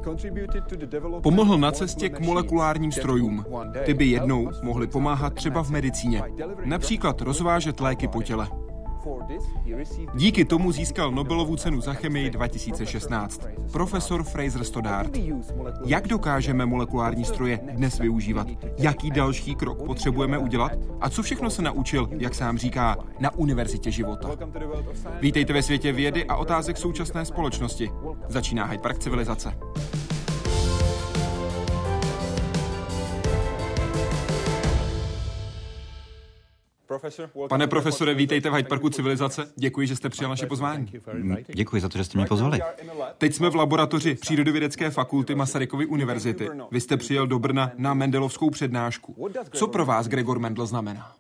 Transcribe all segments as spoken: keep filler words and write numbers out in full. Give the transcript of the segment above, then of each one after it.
Pomohl na cestě k molekulárním strojům. Ty by jednou mohly pomáhat třeba v medicíně. Například rozvážet léky po těle. Díky tomu získal Nobelovu cenu za chemii dva tisíce šestnáct. Profesor Fraser Stoddart. Jak dokážeme molekulární stroje dnes využívat? Jaký další krok potřebujeme udělat? A co všechno se naučil, jak sám říká, na univerzitě života? Vítejte ve světě vědy a otázek současné společnosti. Začíná Hyde Park civilizace. Pane profesore, vítejte v Hyde Parku civilizace. Děkuji, že jste přijal naše pozvání. Děkuji za to, že jste mě pozvali. Teď jsme v laboratoři Přírodovědecké fakulty Masarykovy univerzity. Vy jste přijel do Brna na Mendelovskou přednášku. Co pro vás Gregor Mendel znamená?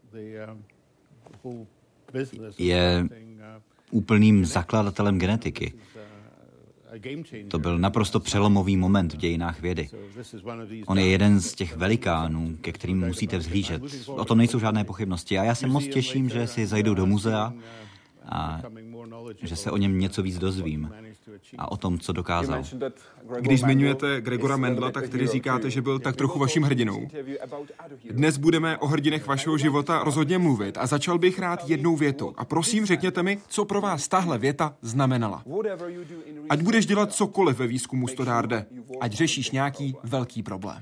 Je úplným zakladatelem genetiky. To byl naprosto přelomový moment v dějinách vědy. On je jeden z těch velikánů, ke kterým musíte vzhlížet. O tom nejsou žádné pochybnosti. A já se moc těším, že si zajdu do muzea a že se o něm něco víc dozvím a o tom, co dokázal. Když zmiňujete Gregora Mendela, tak tedy říkáte, že byl tak trochu vaším hrdinou. Dnes budeme o hrdinech vašeho života rozhodně mluvit a začal bych rád jednou větou. A prosím, řekněte mi, co pro vás tahle věta znamenala. Ať budeš dělat cokoliv ve výzkumu, Stoddarde, ať řešíš nějaký velký problém.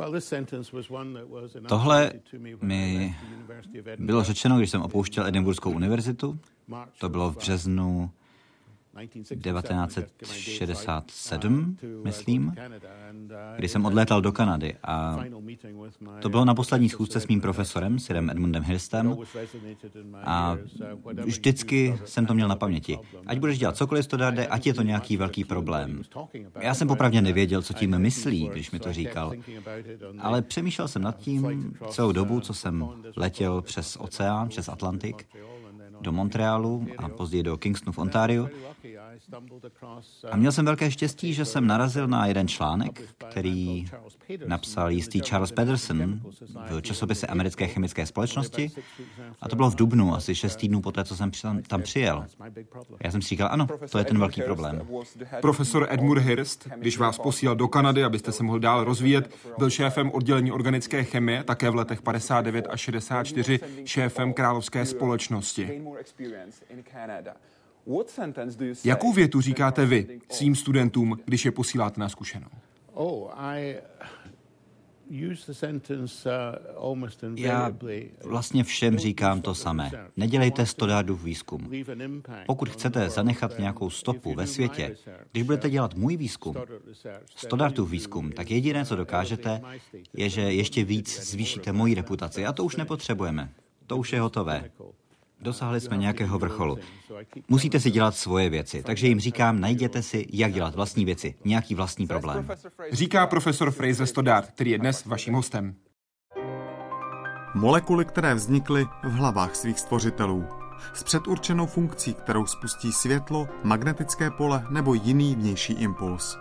Tohle mi bylo řečeno, když jsem opouštěl Edinburskou univerzitu. To bylo v březnu devatenáct set šedesát sedm, myslím, kdy jsem odlétal do Kanady a to bylo na poslední schůzce s mým profesorem, Sirem Edmundem Hirstem a vždycky jsem to měl na paměti. Ať budeš dělat cokoliv, Stoddarde, ať je to nějaký velký problém. Já jsem popravdě nevěděl, co tím myslí, když mi to říkal, ale přemýšlel jsem nad tím celou dobu, co jsem letěl přes oceán, přes Atlantik, do Montrealu a později do Kingstonu v Ontáriu. A měl jsem velké štěstí, že jsem narazil na jeden článek, který napsal jistý Charles Pedersen v časopise Americké chemické společnosti. A to bylo v dubnu, asi šest týdnů poté, co jsem tam přijel. Já jsem si říkal, ano, to je ten velký problém. Profesor Edmund Hirst, když vás posílal do Kanady, abyste se mohl dál rozvíjet, byl šéfem oddělení organické chemie, také v letech padesát devět až šedesát čtyři šéfem Královské společnosti. Jakou větu říkáte vy svým studentům, když je posíláte na zkušenou? Já vlastně všem říkám to samé. Nedělejte Stoddardův výzkum. Pokud chcete zanechat nějakou stopu ve světě, když budete dělat můj výzkum, Stoddardův výzkum, tak jediné, co dokážete, je, že ještě víc zvýšíte moji reputaci. A to už nepotřebujeme. To už je hotové. Dosáhli jsme nějakého vrcholu. Musíte si dělat svoje věci, takže jim říkám, najděte si, jak dělat vlastní věci, nějaký vlastní problém. Říká profesor Fraser Stoddart, který je dnes vaším hostem. Molekuly, které vznikly v hlavách svých stvořitelů. S předurčenou funkcí, kterou spustí světlo, magnetické pole nebo jiný vnější impuls.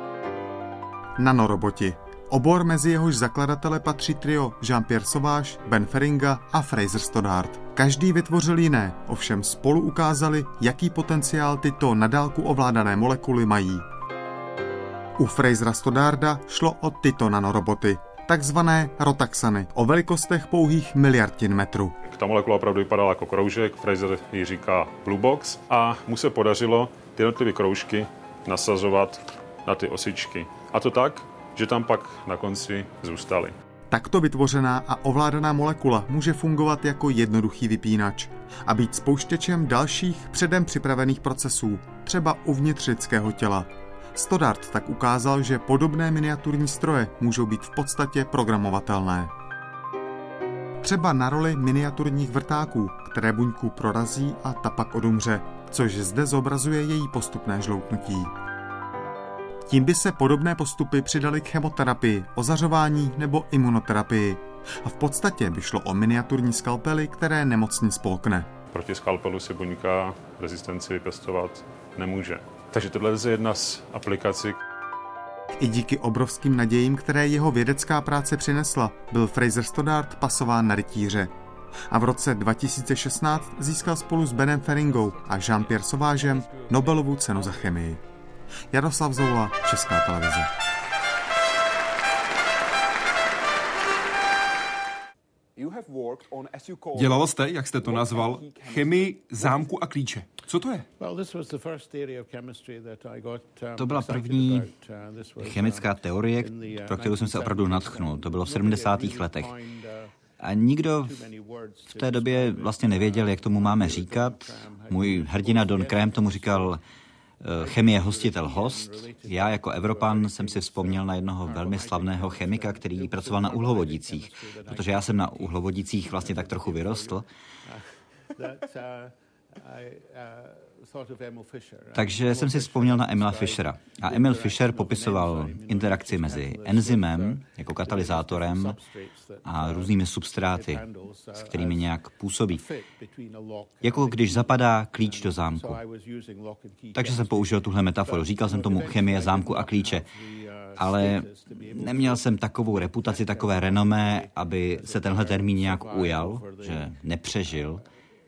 Nanoroboti. Obor, mezi jehož zakladatele patří trio Jean-Pierre Sauvage, Ben Feringa a Fraser Stoddart. Každý vytvořil jiné, ovšem spolu ukázali, jaký potenciál tyto na dálku ovládané molekuly mají. U Frasera Stoddarda šlo o tyto nanoroboty, takzvané rotaxany, o velikostech pouhých miliardin metru. Ta molekula opravdu vypadala jako kroužek, Fraser ji říká Blue Box, a mu se podařilo ty jednotlivé kroužky nasazovat na ty osičky. A to tak, že tam pak na konci zůstaly. Takto vytvořená a ovládaná molekula může fungovat jako jednoduchý vypínač a být spouštěčem dalších předem připravených procesů, třeba uvnitř lidského těla. Stoddart tak ukázal, že podobné miniaturní stroje můžou být v podstatě programovatelné. Třeba na roli miniaturních vrtáků, které buňku prorazí a ta pak odumře, což zde zobrazuje její postupné žloutnutí. Tím by se podobné postupy přidaly k chemoterapii, ozařování nebo imunoterapii. A v podstatě by šlo o miniaturní skalpely, které nemocný spolkne. Proti skalpelu si buňka rezistenci vypěstovat nemůže. Takže tohle je jedna z aplikací. I díky obrovským nadějím, které jeho vědecká práce přinesla, byl Fraser Stoddart pasován na rytíře. A v roce dva tisíce šestnáct získal spolu s Benem Feringou a Jean-Pierre Sauvagem Nobelovu cenu za chemii. Jaroslav Zoula, Česká televize. Dělal jste, jak jste to nazval, chemii zámku a klíče. Co to je? To byla první chemická teorie, pro kterou jsem se opravdu nadchnul. To bylo v sedmdesátých letech. A nikdo v té době vlastně nevěděl, jak tomu máme říkat. Můj hrdina Don Krém tomu říkal chemie hostitel host. Já jako Evropan jsem si vzpomněl na jednoho velmi slavného chemika, který pracoval na uhlovodících, protože já jsem na uhlovodících vlastně tak trochu vyrostl. Takže jsem si vzpomněl na Emila Fischera. A Emil Fischer popisoval interakci mezi enzymem jako katalyzátorem a různými substráty, s kterými nějak působí. Jako když zapadá klíč do zámku. Takže jsem použil tuhle metaforu. Říkal jsem tomu chemie zámku a klíče. Ale neměl jsem takovou reputaci, takové renomé, aby se tenhle termín nějak ujal, že nepřežil.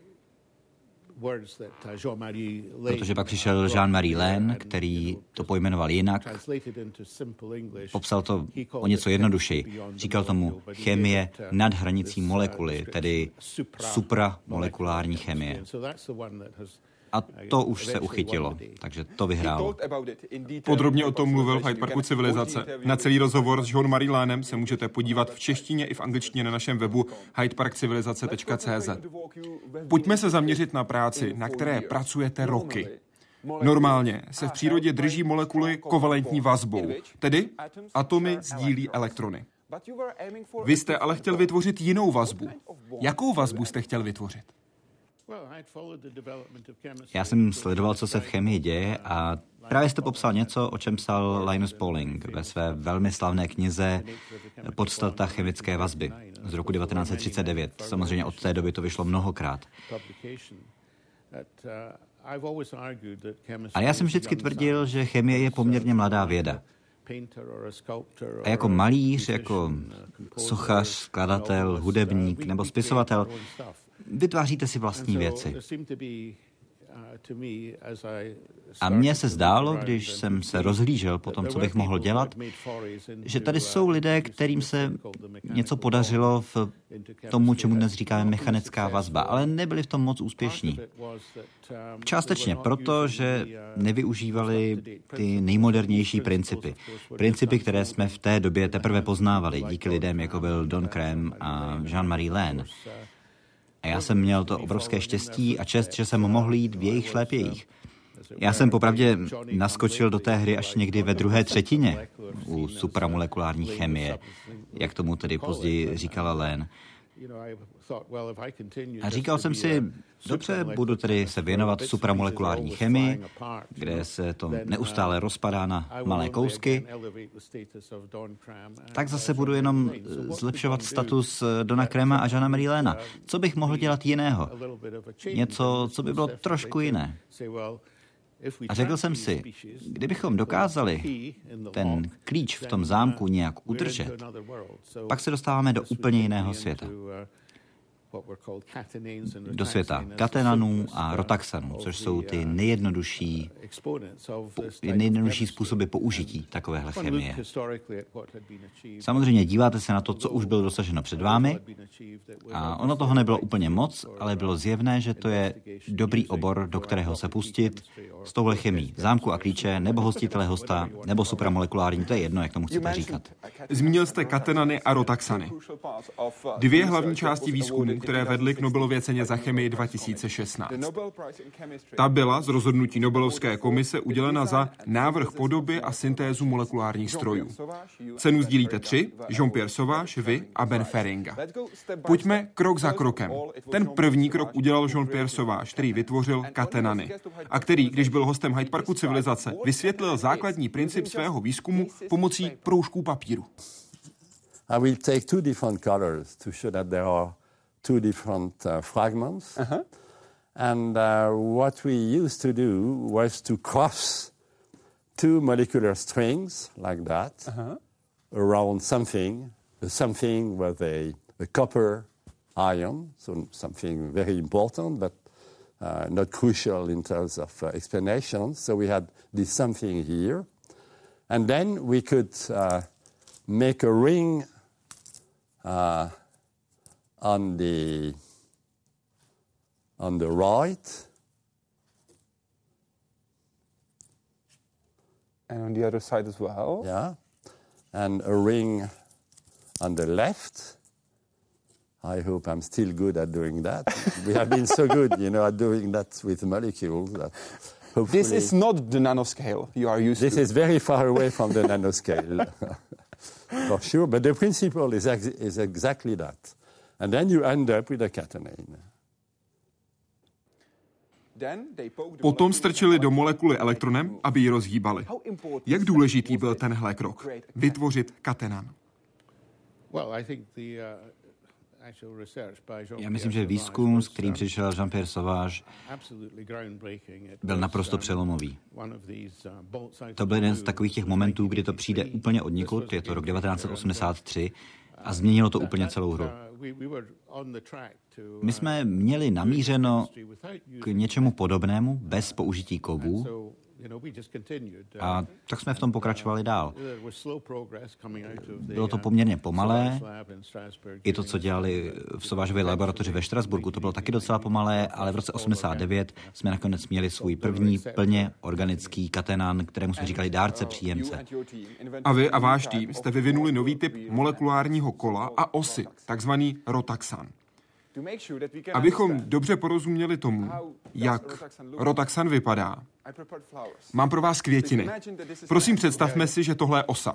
Protože pak přišel Jean-Marie Lehn, který to pojmenoval jinak, popsal to o něco jednodušeji. Říkal tomu chemie nad hranicí molekuly, tedy supramolekulární chemie. A to už se uchytilo, takže to vyhrálo. Podrobně o tom mluvil v Hyde Parku civilizace. Na celý rozhovor s Jean-Marie Lehnem se můžete podívat v češtině i v angličtině na našem webu hyde park civilizace tečka cé zet. Pojďme se zaměřit na práci, na které pracujete roky. Normálně se v přírodě drží molekuly kovalentní vazbou, tedy atomy sdílí elektrony. Vy jste ale chtěl vytvořit jinou vazbu. Jakou vazbu jste chtěl vytvořit? Já jsem sledoval, co se v chemii děje a právě jste popsal něco, o čem psal Linus Pauling ve své velmi slavné knize Podstata chemické vazby z roku devatenáct set třicet devět. Samozřejmě od té doby to vyšlo mnohokrát. Ale já jsem vždycky tvrdil, že chemie je poměrně mladá věda. A jako malíř, jako sochař, skladatel, hudebník nebo spisovatel vytváříte si vlastní věci. A mně se zdálo, když jsem se rozhlížel po tom, co bych mohl dělat, že tady jsou lidé, kterým se něco podařilo v tomu, čemu dnes říkáme mechanická vazba, ale nebyli v tom moc úspěšní. Částečně proto, že nevyužívali ty nejmodernější principy. Principy, které jsme v té době teprve poznávali díky lidem, jako byl Don Krém a Jean-Marie Lehn. A já jsem měl to obrovské štěstí a čest, že jsem mohl jít v jejich šlépějích. Já jsem popravdě naskočil do té hry až někdy ve druhé třetině u supramolekulární chemie, jak tomu tedy později říkala Lehn. A říkal jsem si, dobře, budu tedy se věnovat supramolekulární chemii, kde se to neustále rozpadá na malé kousky, tak zase budu jenom zlepšovat status Dona Kréma a Jeana-Marie Lehna. Co bych mohl dělat jiného? Něco, co by bylo trošku jiné. A řekl jsem si, kdybychom dokázali ten klíč v tom zámku nějak udržet, pak se dostáváme do úplně jiného světa. Do světa katenanů a rotaxanů, což jsou ty nejjednodušší, nejjednodušší způsoby použití takovéhle chemie. Samozřejmě díváte se na to, co už bylo dosaženo před vámi a ono toho nebylo úplně moc, ale bylo zjevné, že to je dobrý obor, do kterého se pustit s touhle chemií. Zámku a klíče, nebo hostitele hosta, nebo supramolekulární, to je jedno, jak tomu chcete říkat. Zmínil jste katenany a rotaxany. Dvě hlavní části výzkumu, které vedly k Nobelově ceně za chemii dva tisíce šestnáct. Ta byla z rozhodnutí Nobelovské komise udělena za návrh podoby a syntézu molekulárních strojů. Cenu sdílíte tři, Jean-Pierre Sauvage, vy a Ben Feringa. Pojďme krok za krokem. Ten první krok udělal Jean-Pierre Sauvage, který vytvořil katenany a který, když byl hostem Hyde Parku civilizace, vysvětlil základní princip svého výzkumu pomocí proužků papíru. I will take two different colors to show that there are two different uh, fragments. Uh-huh. And uh, what we used to do was to cross two molecular strings like that uh-huh. around something. The something was a, a copper ion, so something very important, but uh, not crucial in terms of uh, explanation. So we had this something here. And then we could uh, make a ring uh, on the on the right. And on the other side as well. Yeah. And a ring on the left. I hope I'm still good at doing that. We have been so good, you know, at doing that with molecules. That hopefully this is not the nanoscale you are used this to. This is very far away from the nanoscale, for sure. But the principle is, ex is exactly that. And then you end up with a catenane. Potom strčili do molekuly elektronem, aby ji rozhýbali. Jak důležitý byl tenhle krok? Vytvořit katenan. Já myslím, že výzkum, s kterým přišel Jean-Pierre Sauvage, byl naprosto přelomový. To byl jeden z takových těch momentů, kdy to přijde úplně odnikud, je to rok devatenáct set osmdesát tři, a změnilo to úplně celou hru. My jsme měli namířeno k něčemu podobnému bez použití kovů a tak jsme v tom pokračovali dál. Bylo to poměrně pomalé. I to, co dělali v Sauvageově laboratoři ve Štrasburku, to bylo taky docela pomalé, ale v roce osmdesát devět jsme nakonec měli svůj první plně organický katenan, kterému jsme říkali dárce příjemce. A vy a váš tým jste vyvinuli nový typ molekulárního kola a osy, takzvaný rotaxan. Abychom dobře porozuměli tomu, jak rotaxan vypadá, mám pro vás květiny. Prosím, představme si, že tohle je osa.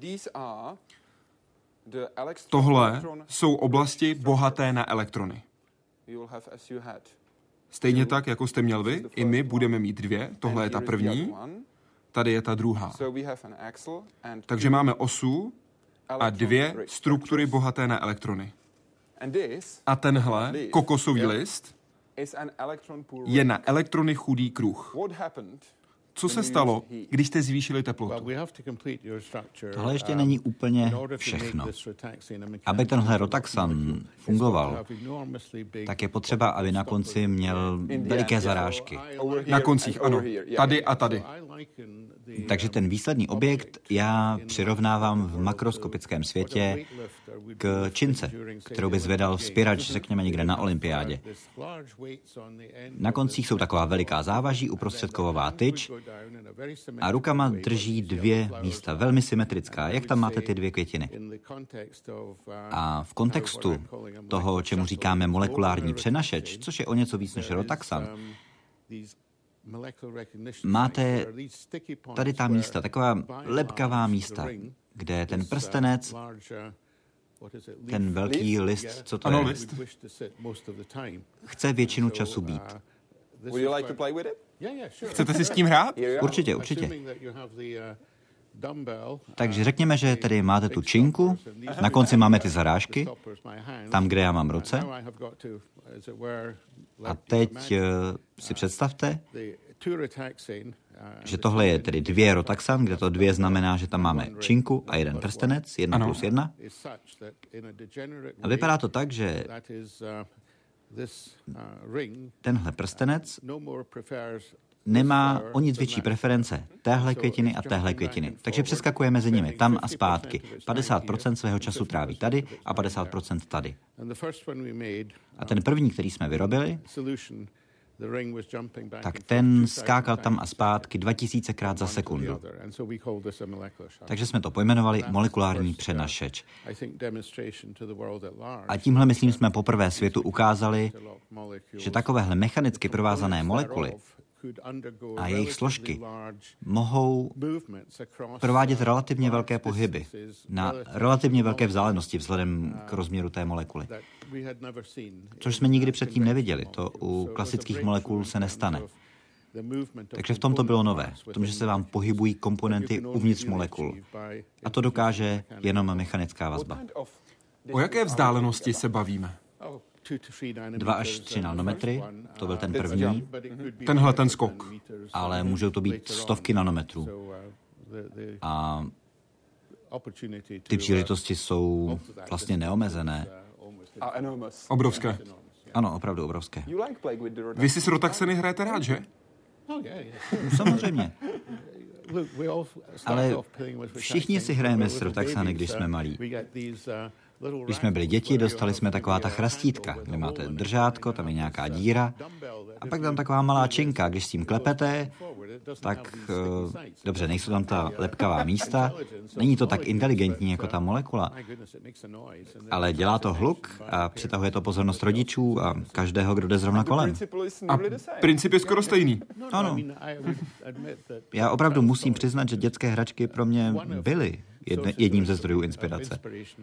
Tohle jsou oblasti bohaté na elektrony. Stejně tak, jako jste měl vy, i my budeme mít dvě. Tohle je ta první, tady je ta druhá. Takže máme osu a dvě struktury bohaté na elektrony. A tenhle kokosový list je na elektrony chudý kruh. Co se stalo, když jste zvýšili teplotu? Tohle ještě není úplně všechno. Aby tenhle rotaxan fungoval, tak je potřeba, aby na konci měl veliké zarážky. Na koncích, ano. Tady a tady. Takže ten výsledný objekt já přirovnávám v makroskopickém světě k čince, kterou by zvedal vzpěrač, řekněme někde na olympiádě. Na koncích jsou taková veliká závaží, uprostřed kovová tyč a rukama drží dvě místa, velmi symetrická. Jak tam máte ty dvě květiny? A v kontextu toho, čemu říkáme molekulární přenašeč, což je o něco víc než rotaxan, máte tady ta místa, taková lepkavá místa, kde ten prstenec, ten velký list, co to ano, je, list. chce většinu času být. Chcete si s tím hrát? Určitě, určitě. Takže řekněme, že tady máte tu činku, na konci máme ty zarážky, tam, kde já mám ruce. A teď si představte, že tohle je tedy dvě rotaxan, kde to dvě znamená, že tam máme činku a jeden prstenec, jedna ano. plus jedna. A vypadá to tak, že tenhle prstenec nemá o nic větší preference téhle květiny a téhle květiny. Takže přeskakuje mezi nimi tam a zpátky. padesát procent svého času tráví tady a padesát procent tady. A ten první, který jsme vyrobili, tak ten skákal tam a zpátky dva tisícekrát za sekundu. Takže jsme to pojmenovali molekulární přenašeč. A tímhle, myslím, jsme poprvé světu ukázali, že takovéhle mechanicky provázané molekuly a jejich složky mohou provádět relativně velké pohyby na relativně velké vzdálenosti vzhledem k rozměru té molekuly. Což jsme nikdy předtím neviděli. To u klasických molekul se nestane. Takže v tom to bylo nové. V tom, že se vám pohybují komponenty uvnitř molekul. A to dokáže jenom mechanická vazba. O jaké vzdálenosti se bavíme? Dva až tři nanometry, to byl ten první. Tenhle ten skok. Ale můžou to být stovky nanometrů. A ty příležitosti jsou vlastně neomezené. Obrovské. Ano, opravdu obrovské. Vy si s Rotaxeny hrajete rád, že? Samozřejmě. Ale všichni si hrajeme s Rotaxany, když jsme malí. Když jsme byli děti, dostali jsme taková ta chrastítka, kde máte držátko, tam je nějaká díra a pak tam taková malá činka. Když s tím klepete, tak uh, dobře, nejsou tam ta lepkavá místa, není to tak inteligentní jako ta molekula, ale dělá to hluk a přitahuje to pozornost rodičů a každého, kdo jde zrovna kolem. A princip je skoro stejný. Ano. Já opravdu musím přiznat, že dětské hračky pro mě byly jedne, jedním ze zdrojů inspirace.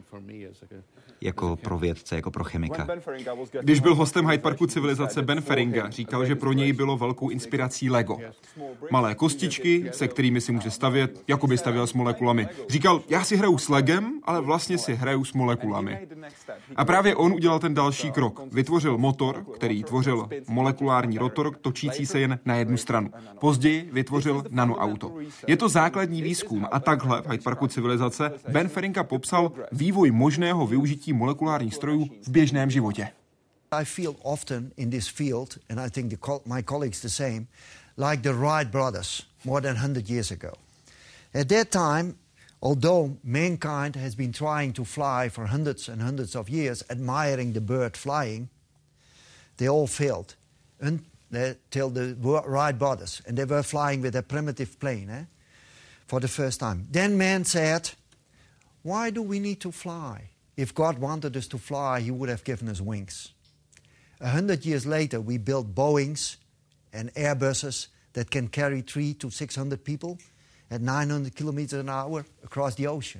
Jako pro vědce, jako pro chemika. Když byl hostem Hyde Parku civilizace Ben Feringa, říkal, že pro něj bylo velkou inspirací Lego. Malé kostičky, se kterými si může stavět, jako by stavěl s molekulami. Říkal, já si hraju s Legem, ale vlastně si hraju s molekulami. A právě on udělal ten další krok. Vytvořil motor, který tvořil molekulární rotor, točící se jen na jednu stranu. Později vytvořil nanoauto. Je to základní výzkum a takhle v Hyde Parku civilizace Ben Feringa popsal vývoj možného využití molekulárních strojů v běžném životě. I feel often in this field, and I think the co- my colleagues the same, like the Wright brothers more than one hundred years ago. At that time, although mankind has been trying to fly for hundreds and hundreds of years, admiring the bird flying, they all failed until the Wright brothers, and they were flying with a primitive plane eh, for the first time. Then man said, why do we need to fly? If God wanted us to fly, he would have given us wings. A hundred years later, we built Boeings and Airbuses that can carry three to six hundred people at nine hundred kilometers an hour across the ocean.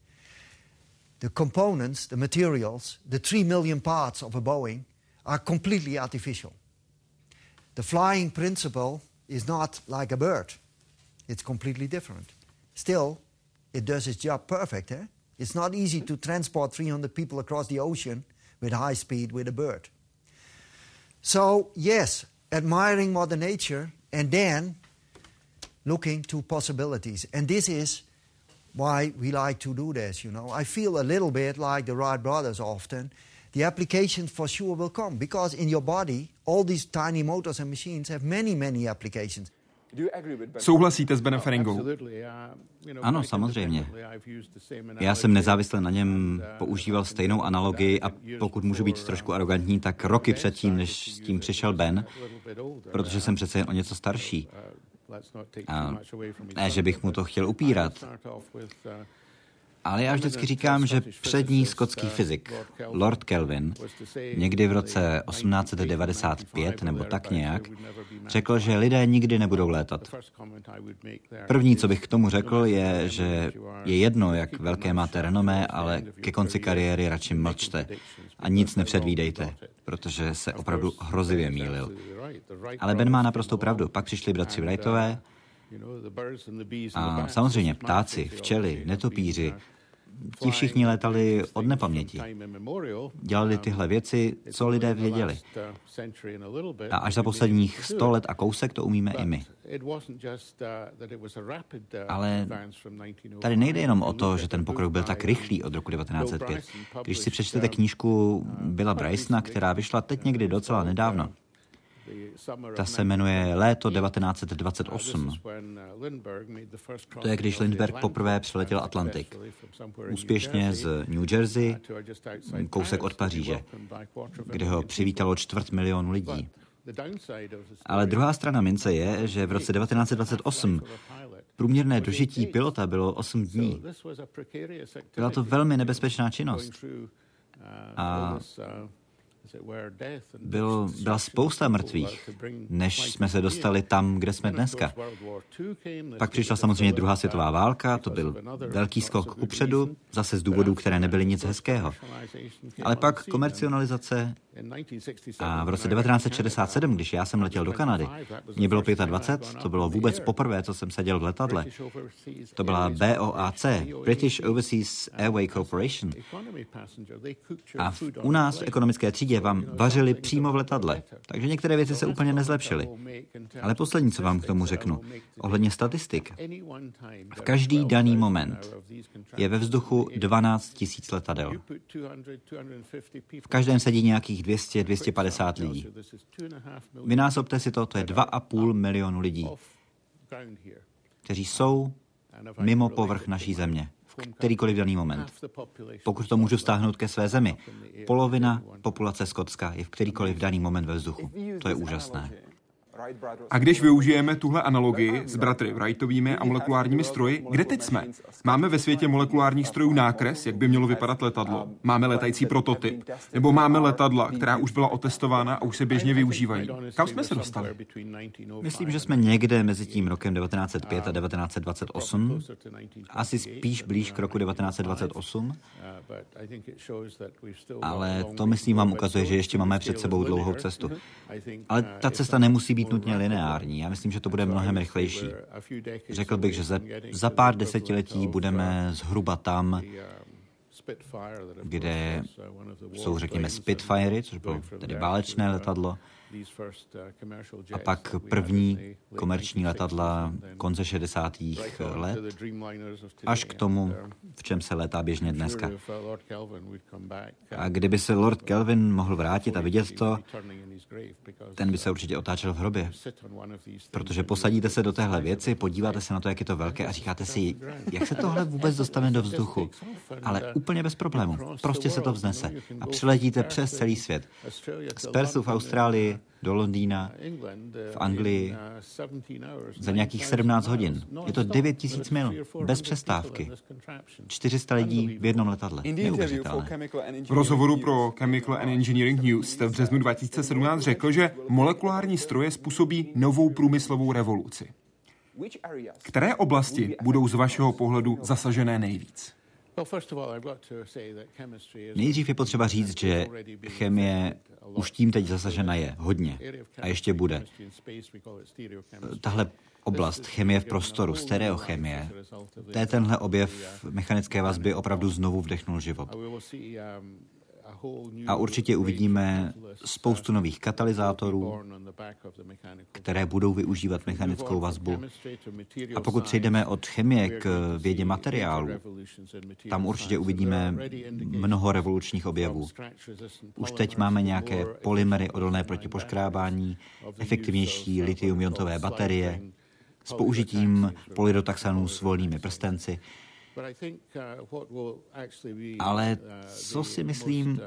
The components, the materials, the three million parts of a Boeing are completely artificial. The flying principle is not like a bird. It's completely different. Still, it does its job perfect, eh? It's not easy to transport three hundred people across the ocean with high speed with a bird. So, yes, admiring Mother Nature and then looking to possibilities. And this is why we like to do this, you know. I feel a little bit like the Wright brothers often. The applications for sure will come because in your body, all these tiny motors and machines have many, many applications. Souhlasíte s Benem Feringou? Ano, samozřejmě. Já jsem nezávisle na něm používal stejnou analogii a pokud můžu být trošku arrogantní, tak roky předtím, než s tím přišel Ben, protože jsem přece jen o něco starší. A ne, že bych mu to chtěl upírat. Ale já vždycky říkám, že přední skotský fyzik, Lord Kelvin, někdy v roce osmnáct set devadesát pět nebo tak nějak, řekl, že lidé nikdy nebudou létat. První, co bych k tomu řekl, je, že je jedno, jak velké máte renomé, ale ke konci kariéry radši mlčte a nic nepředvídejte, protože se opravdu hrozivě mýlil. Ale Ben má naprostou pravdu. Pak přišli bratři Wrightové a samozřejmě ptáci, včely, netopíři, ti všichni létali od nepaměti. Dělali tyhle věci, co lidé věděli. A až za posledních sto let a kousek to umíme i my. Ale tady nejde jenom o to, že ten pokrok byl tak rychlý od roku devatenáct set pět. Když si přečtete knížku Billa Brysona, která vyšla teď někdy docela nedávno, ta se jmenuje Léto devatenáct set dvacet osm. To je, když Lindbergh poprvé přeletěl Atlantik. Úspěšně z New Jersey, kousek od Paříže, kde ho přivítalo čtvrt milionu lidí. Ale druhá strana mince je, že v roce devatenáct set dvacet osm průměrné dožití pilota bylo osm dní. Byla to velmi nebezpečná činnost. A Bylo, byla spousta mrtvých, než jsme se dostali tam, kde jsme dneska. Pak přišla samozřejmě druhá světová válka, to byl velký skok kupředu, zase z důvodů, které nebyly nic hezkého. Ale pak komercionalizace a v roce devatenáct set šedesát sedm, když já jsem letěl do Kanady, mě bylo dvacet pět, to bylo vůbec poprvé, co jsem seděl v letadle. To byla B O A C, British Overseas Airway Corporation. A v, u nás v ekonomické třídě vám vařili přímo v letadle, takže některé věci se úplně nezlepšily. Ale poslední, co vám k tomu řeknu, ohledně statistik. V každý daný moment je ve vzduchu dvanáct tisíc letadel. V každém sedí nějakých dvě stě, dvě stě padesát lidí. Vynásobte si to, to je dva a půl milionu lidí, kteří jsou mimo povrch naší země v kterýkoliv daný moment. Pokud to můžu vztáhnout ke své zemi, polovina populace Skotska je v kterýkoliv daný moment ve vzduchu. To je úžasné. A když využijeme tuhle analogii s bratry Wrightovými a molekulárními stroji, kde teď jsme? Máme ve světě molekulárních strojů nákres, jak by mělo vypadat letadlo? Máme letající prototyp? Nebo máme letadla, která už byla otestována a už se běžně využívají? Kam jsme se dostali? Myslím, že jsme někde mezi tím rokem devatenáct set pět a devatenáct set dvacet osm. Asi spíš blíž k roku devatenáct set dvacet osm. Ale to, myslím, vám ukazuje, že ještě máme před sebou dlouhou cestu. Ale ta cesta nemusí být nutně lineární. Já myslím, že to bude mnohem rychlejší. Řekl bych, že za, za pár desetiletí budeme zhruba tam, kde jsou, řekněme, Spitfirey, což bylo tedy válečné letadlo, a pak první komerční letadla konce šedesátých let, až k tomu, v čem se létá běžně dneska. A kdyby se Lord Kelvin mohl vrátit a vidět to, ten by se určitě otáčel v hrobě. Protože posadíte se do téhle věci, podíváte se na to, jak je to velké a říkáte si, jak se tohle vůbec dostane do vzduchu. Ale úplně bez problému. Prostě se to vznese. A přiletíte přes celý svět. Z Perthu v Austrálii do Londýna, v Anglii, za nějakých sedmnáct hodin. Je to devět tisíc mil, bez přestávky. čtyři sta lidí v jednom letadle. Neuvěřitelné. V rozhovoru pro Chemical and Engineering News jste v březnu dva tisíce sedmnáct řekl, že molekulární stroje způsobí novou průmyslovou revoluci. Které oblasti budou z vašeho pohledu zasažené nejvíc? Nejdřív je potřeba říct, že chemie už tím teď zasažena je hodně a ještě bude. Tahle oblast chemie v prostoru, stereochemie, to je tenhle objev mechanické vazby opravdu znovu vdechnul život. A určitě uvidíme spoustu nových katalyzátorů, které budou využívat mechanickou vazbu. A pokud přejdeme od chemie k vědě materiálu, tam určitě uvidíme mnoho revolučních objevů. Už teď máme nějaké polymery odolné proti poškrábání, efektivnější lithium-iontové baterie s použitím polydotaxanů s volnými prstenci. Ale co si myslím,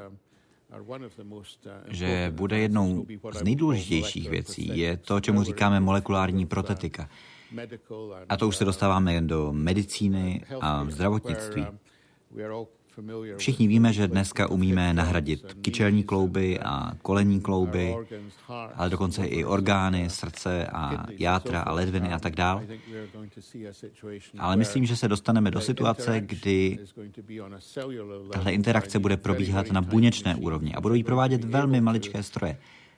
že bude jednou z nejdůležitějších věcí, je to, čemu říkáme molekulární protetika. A to už se dostáváme jen do medicíny a zdravotnictví. Všichni víme, že dneska umíme nahradit kyčelní klouby a kolenní klouby, ale dokonce i orgány, srdce a játra a ledviny a tak dál. Ale myslím, že se dostaneme do situace, kdy tahle interakce bude probíhat na buněčné úrovni a budou ji provádět velmi maličké stroje,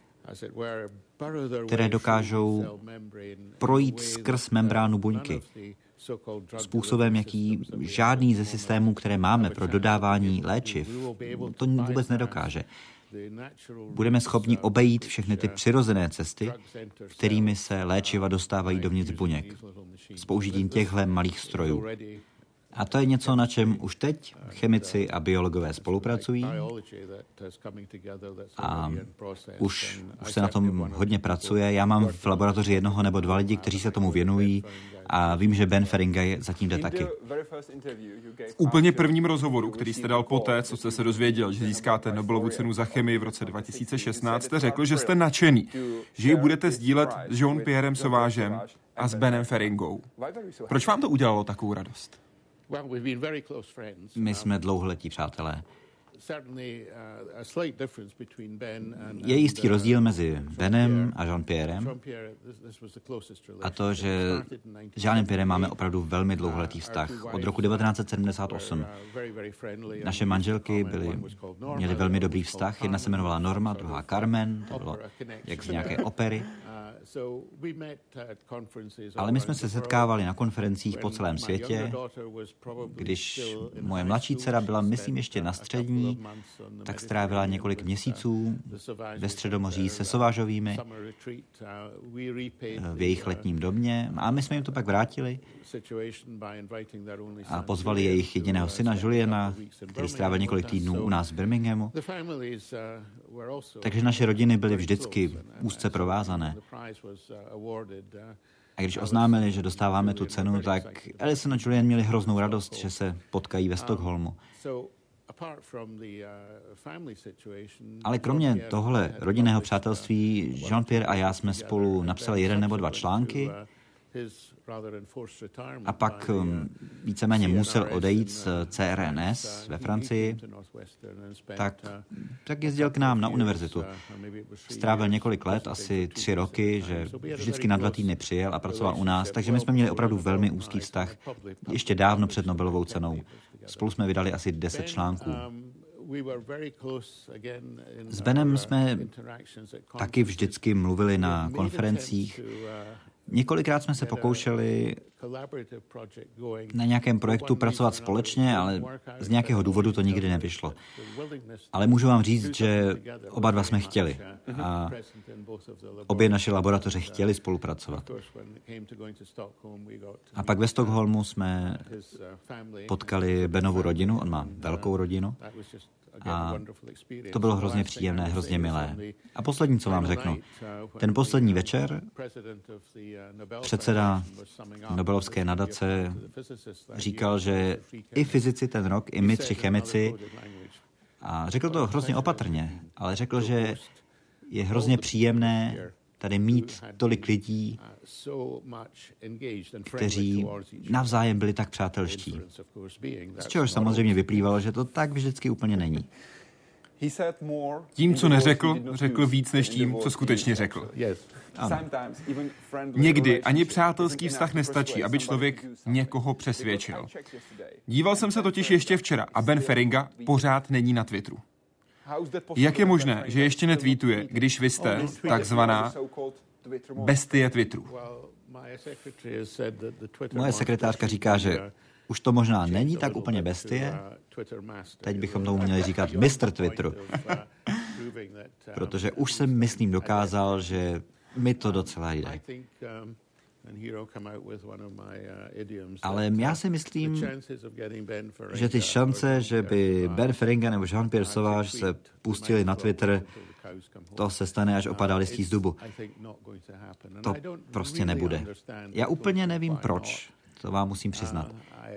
které dokážou projít skrz membránu buňky způsobem, jaký žádný ze systémů, které máme pro dodávání léčiv, to vůbec nedokáže. Budeme schopni obejít všechny ty přirozené cesty, kterými se léčiva dostávají dovnitř buněk, s použitím těchto malých strojů. A to je něco, na čem už teď chemici a biologové spolupracují a už, už se na tom hodně pracuje. Já mám v laboratoři jednoho nebo dva lidi, kteří se tomu věnují a vím, že Ben Feringay zatím jde taky. V úplně prvním rozhovoru, který jste dal poté, co jste se dozvěděl, že získáte Nobelovu cenu za chemii v roce dva tisíce šestnáct, jste řekl, že jste nadšený, že ji budete sdílet s Jean-Pierrem Sauvagem a s Benem Feringou. Proč vám to udělalo takovou radost? My jsme dlouholetí přátelé. Je jistý rozdíl mezi Benem a Jean-Pierrem a to, že s Jean-Pierrem máme opravdu velmi dlouholetý vztah. Od roku devatenáct set sedmdesát osm. Naše manželky byly, měly velmi dobrý vztah. Jedna se jmenovala Norma, druhá Carmen, to bylo jak z nějaké opery. Ale my jsme se setkávali na konferencích po celém světě, když moje mladší dcera byla, myslím, ještě na střední Středomoří, tak strávila několik měsíců ve Středomoří se Sovážovými v jejich letním domě a my jsme jim to pak vrátili a pozvali jejich jediného syna Juliana, který strávil několik týdnů u nás v Birminghamu. Takže naše rodiny byly vždycky úzce provázané. A když oznámili, že dostáváme tu cenu, tak Alison a Julian měli hroznou radost, že se potkají ve Stockholmu. Ale kromě tohle rodinného přátelství, Jean-Pierre a já jsme spolu napsali jeden nebo dva články a pak víceméně musel odejít z C R N S ve Francii, tak, tak jezdil k nám na univerzitu. Strávil několik let, asi tři roky, že vždycky na dva týdny přijel a pracoval u nás, takže my jsme měli opravdu velmi úzký vztah ještě dávno před Nobelovou cenou. Spolu jsme vydali asi deset článků. S Benem jsme taky vždycky mluvili na konferencích. Několikrát jsme se pokoušeli na nějakém projektu pracovat společně, ale z nějakého důvodu to nikdy nevyšlo. Ale můžu vám říct, že oba dva jsme chtěli a obě naše laboratoře chtěli spolupracovat. A pak ve Stockholmu jsme potkali Benovu rodinu, on má velkou rodinu, a to bylo hrozně příjemné, hrozně milé. A poslední, co vám řeknu. Ten poslední večer předseda Nobelovské nadace říkal, že i fyzici ten rok, i my tři chemici, a řekl to hrozně opatrně, ale řekl, že je hrozně příjemné tady mít tolik lidí, kteří navzájem byli tak přátelští. Z čehož samozřejmě vyplývalo, že to tak vždycky úplně není. Tím, co neřekl, řekl víc než tím, co skutečně řekl. Ano. Někdy ani přátelský vztah nestačí, aby člověk někoho přesvědčil. Díval jsem se totiž ještě včera a Ben Feringa pořád není na Twitteru. Jak je možné, že ještě netweetuje, když vy jste takzvaná bestie Twitteru? Moje sekretářka říká, že už to možná není tak úplně bestie. Teď bychom tomu měli říkat mistr Twitteru. Protože už jsem, myslím, dokázal, že mi to docela jde. Ale já si myslím, že ty šance, že by Ben Feringa nebo Jean-Pierre Sauvage se pustili na Twitter, to se stane, až opadá listí z dubu. To prostě nebude. Já úplně nevím proč, to vám musím přiznat.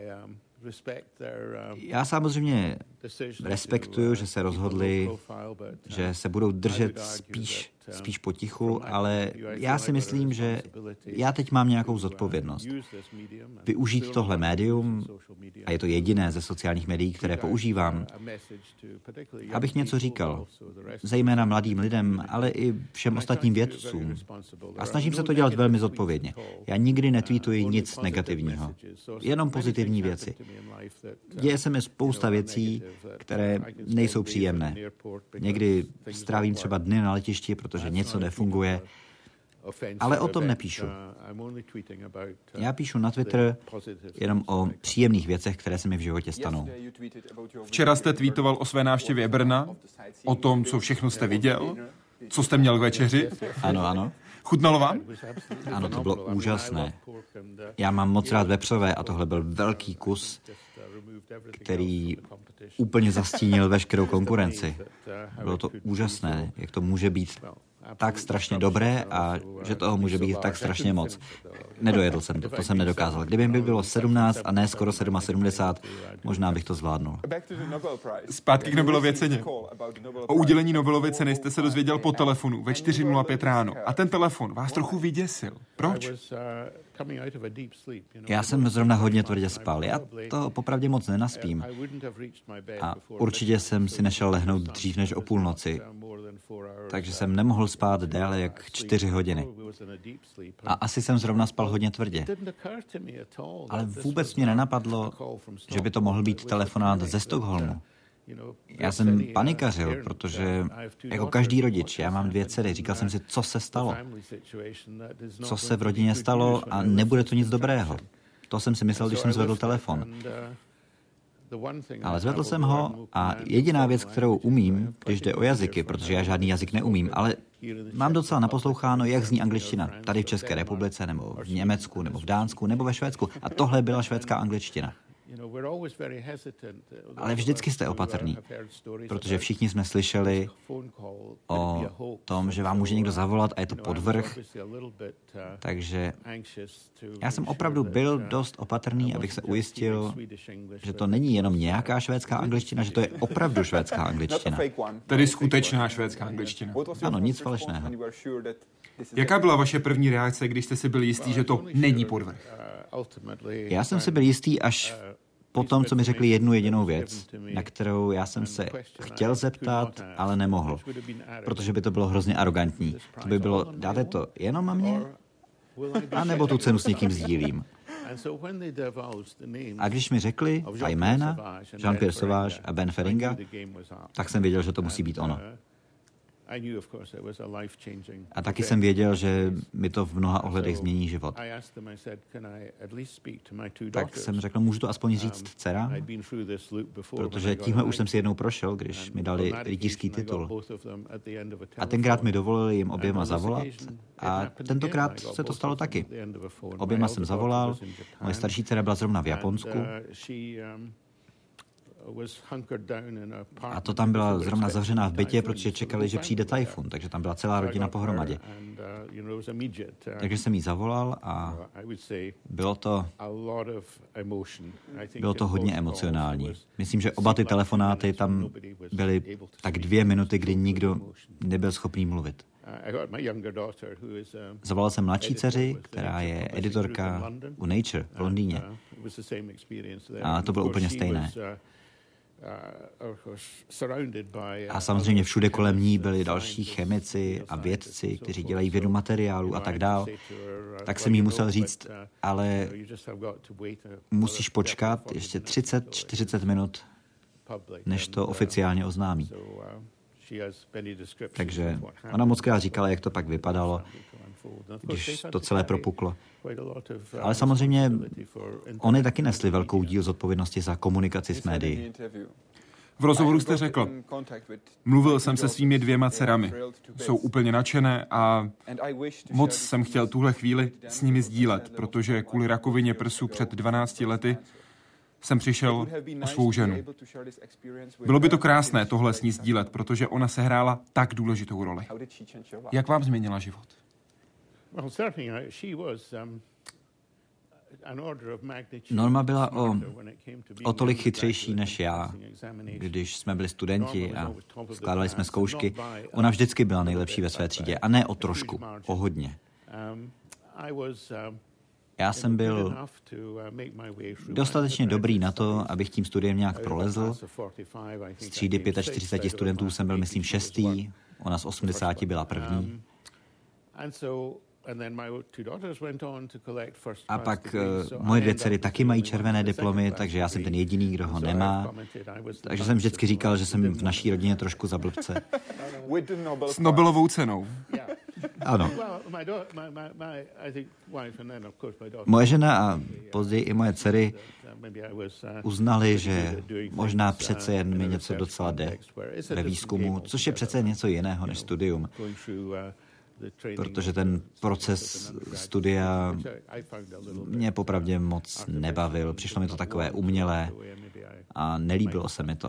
Já samozřejmě respektuju, že se rozhodli, že se budou držet spíš, spíš potichu, ale já si myslím, že já teď mám nějakou zodpovědnost. Využít tohle médium, a je to jediné ze sociálních médií, které používám, abych něco říkal, zejména mladým lidem, ale i všem ostatním vědcům. A snažím se to dělat velmi zodpovědně. Já nikdy netweetuji nic negativního, jenom pozitivní věci. Děje se mi spousta věcí, které nejsou příjemné. Někdy strávím třeba dny na letišti, protože něco nefunguje, ale o tom nepíšu. Já píšu na Twitter jenom o příjemných věcech, které se mi v životě stanou. Včera jste tweetoval o své návštěvě Brna, o tom, co všechno jste viděl, co jste měl k večeři. Ano, ano. Chutnalo vám? Ano, to bylo úžasné. Já mám moc rád vepřové a tohle byl velký kus, který úplně zastínil veškerou konkurenci. Bylo to úžasné, jak to může být tak strašně dobré a že toho může být tak strašně moc. Nedojedl jsem to, to jsem nedokázal. Kdyby mi bylo sedmnáct a ne skoro sedmdesát sedm, možná bych to zvládnul. Zpátky k Nobelově ceně. O udělení Nobelovy ceny jste se dozvěděl po telefonu ve čtyři nula pět ráno. A ten telefon vás trochu vyděsil. Proč? Já jsem zrovna hodně tvrdě spal. Já to popravdě moc nenaspím. A určitě jsem si nešel lehnout dřív než o půlnoci. Takže jsem nemohl spát déle jak čtyři hodiny. A asi jsem zrovna spal hodně tvrdě. Ale vůbec mě nenapadlo, že by to mohl být telefonát ze Stockholmu. Já jsem panikařil, protože jako každý rodič, já mám dvě dcery, říkal jsem si, co se stalo. Co se v rodině stalo a nebude to nic dobrého. To jsem si myslel, když jsem zvedl telefon. Ale zvedl jsem ho a jediná věc, kterou umím, když jde o jazyky, protože já žádný jazyk neumím, ale mám docela naposloucháno, jak zní angličtina tady v České republice, nebo v Německu, nebo v Dánsku, nebo ve Švédsku. A tohle byla švédská angličtina. Ale vždycky jste opatrní, protože všichni jsme slyšeli o tom, že vám může někdo zavolat a je to podvrh. Takže já jsem opravdu byl dost opatrný, abych se ujistil, že to není jenom nějaká švédská angličtina, že to je opravdu švédská angličtina. Tedy skutečná švédská angličtina. Ano, nic falešného. Jaká byla vaše první reakce, když jste si byl jistý, že to není podvrh? Já jsem si byl jistý až po tom, co mi řekli jednu jedinou věc, na kterou já jsem se chtěl zeptat, ale nemohl, protože by to bylo hrozně arrogantní. To by bylo, dáte to jenom mě, a nebo tu cenu s někým sdílím. A když mi řekli ta jména, Jean-Pierre Sauvage a Ben Feringa, tak jsem věděl, že to musí být ono. A taky jsem věděl, že mi to v mnoha ohledech změní život. Tak jsem řekl, můžu to aspoň říct dcerám? Protože tímhle už jsem si jednou prošel, když mi dali rytířský titul. A tenkrát mi dovolili jim oběma zavolat a tentokrát se to stalo taky. Oběma jsem zavolal, moje starší dcera byla zrovna v Japonsku, a to tam byla zrovna zavřená v bytě, protože čekali, že přijde tajfun, takže tam byla celá rodina pohromadě. Takže jsem jí zavolal a bylo to, bylo to hodně emocionální. Myslím, že oba ty telefonáty tam byly tak dvě minuty, kdy nikdo nebyl schopný mluvit. Zavolal jsem mladší dceři, která je editorka u Nature v Londýně. A to bylo úplně stejné. A samozřejmě všude kolem ní byli další chemici a vědci, kteří dělají vědu materiálu a tak dál. Tak jsem jí musel říct, ale musíš počkat ještě třicet čtyřicet minut, než to oficiálně oznámí. Takže ona mockrát říkala, jak to pak vypadalo, když to celé propuklo. Ale samozřejmě oni taky nesli velkou díl zodpovědnosti za komunikaci s médií. V rozhovoru jste řekl, mluvil jsem se svými dvěma dcerami. Jsou úplně nadšené a moc jsem chtěl tuhle chvíli s nimi sdílet, protože kvůli rakovině prsu před dvanácti lety jsem přišel o svou ženu. Bylo by to krásné tohle s ní sdílet, protože ona sehrála tak důležitou roli. Jak vám změnila život? Norma byla o, o tolik chytřejší než já. Když jsme byli studenti a skládali jsme zkoušky, ona vždycky byla nejlepší ve své třídě. A ne o trošku, o hodně. Já jsem byl dostatečně dobrý na to, abych tím studiem nějak prolezl. Z třídy čtyřicet pět studentů jsem byl, myslím, šestý, ona z osmdesáti byla první. A pak uh, moje dvě dcery taky mají červené diplomy, takže já jsem ten jediný, kdo ho nemá. Takže jsem vždycky říkal, že jsem v naší rodině trošku za blbce. S Nobelovou cenou. Ano. Moje žena a později i moje dcery uznali, že možná přece jen mi něco docela jde ve výzkumu, což je přece něco jiného než studium. Protože ten proces studia mě popravdě moc nebavil. Přišlo mi to takové umělé a nelíbilo se mi to.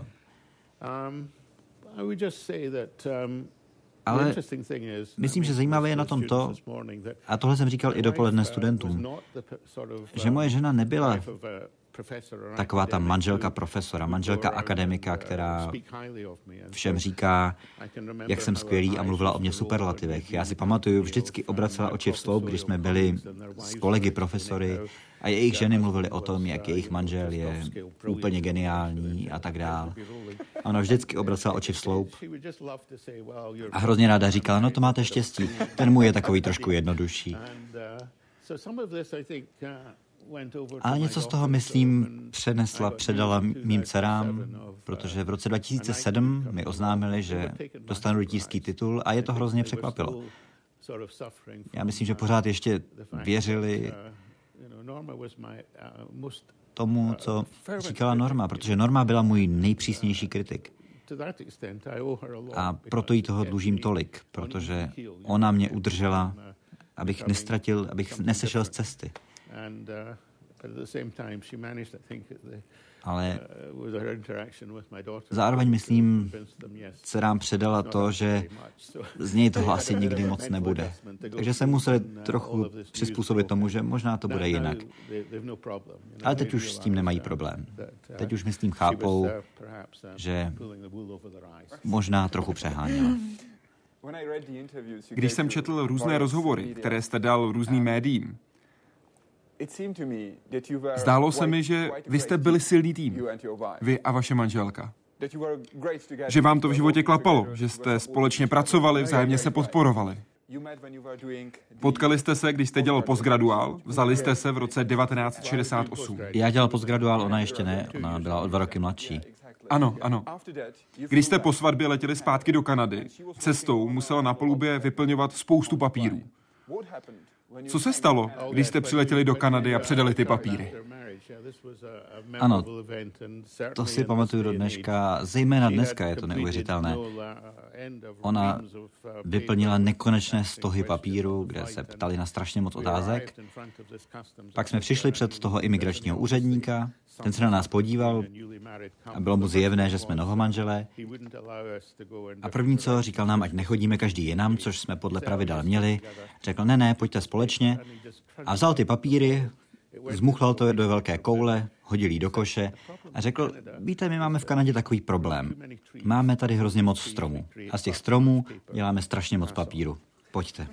Ale myslím, že zajímavé je na tom to, a tohle jsem říkal i dopoledne studentům, že moje žena nebyla taková ta manželka profesora, manželka akademika, která všem říká, jak jsem skvělý a mluvila o mě v superlativech. Já si pamatuju, vždycky obracela oči v sloup, když jsme byli s kolegy profesory a jejich ženy mluvily o tom, jak jejich manžel je úplně geniální a tak dál. A ona vždycky obracela oči v sloup a hrozně ráda říkala, no to máte štěstí, ten můj je takový trošku jednodušší. Ale něco z toho, myslím, přenesla, předala mým dcerám, protože v roce dva tisíce sedm mi oznámili, že dostanu rytířský titul a je to hrozně překvapilo. Já myslím, že pořád ještě věřili, tomu, co říkala Norma, protože Norma byla můj nejpřísnější kritik. A proto jí toho dlužím tolik, protože ona mě udržela, abych nestratil, abych nesešel z cesty. Ale zároveň, myslím, dcerám předala to, že z něj toho asi nikdy moc nebude. Takže se museli trochu přizpůsobit tomu, že možná to bude jinak. Ale teď už s tím nemají problém. Teď už, myslím, chápou, že možná trochu přeháněla. Když jsem četl různé rozhovory, které jste dal různým médiím, zdálo se mi, že vy jste byli silný tým, vy a vaše manželka. Že vám to v životě klapalo, že jste společně pracovali, vzájemně se podporovali. Potkali jste se, když jste dělal postgraduál, vzali jste se v roce devatenáct šedesát osm. Já dělal postgraduál, ona ještě ne, ona byla o dva roky mladší. Ano, ano. Když jste po svatbě letěli zpátky do Kanady, cestou musela na palubě vyplňovat spoustu papírů. Co se stalo, když jste přiletěli do Kanady a předali ty papíry? Ano, to si pamatuju do dneška, zejména dneska je to neuvěřitelné. Ona vyplnila nekonečné stohy papíru, kde se ptali na strašně moc otázek. Pak jsme přišli před toho imigračního úředníka, ten se na nás podíval a bylo mu zjevné, že jsme novomanželé. A první co, říkal nám, ať nechodíme každý jinam, což jsme podle pravidel měli. Řekl, ne, ne, pojďte společně. A vzal ty papíry, zmuchlal to do velké koule, hodil jí do koše a řekl, víte, my máme v Kanadě takový problém. Máme tady hrozně moc stromů. A z těch stromů děláme strašně moc papíru. Pojďte.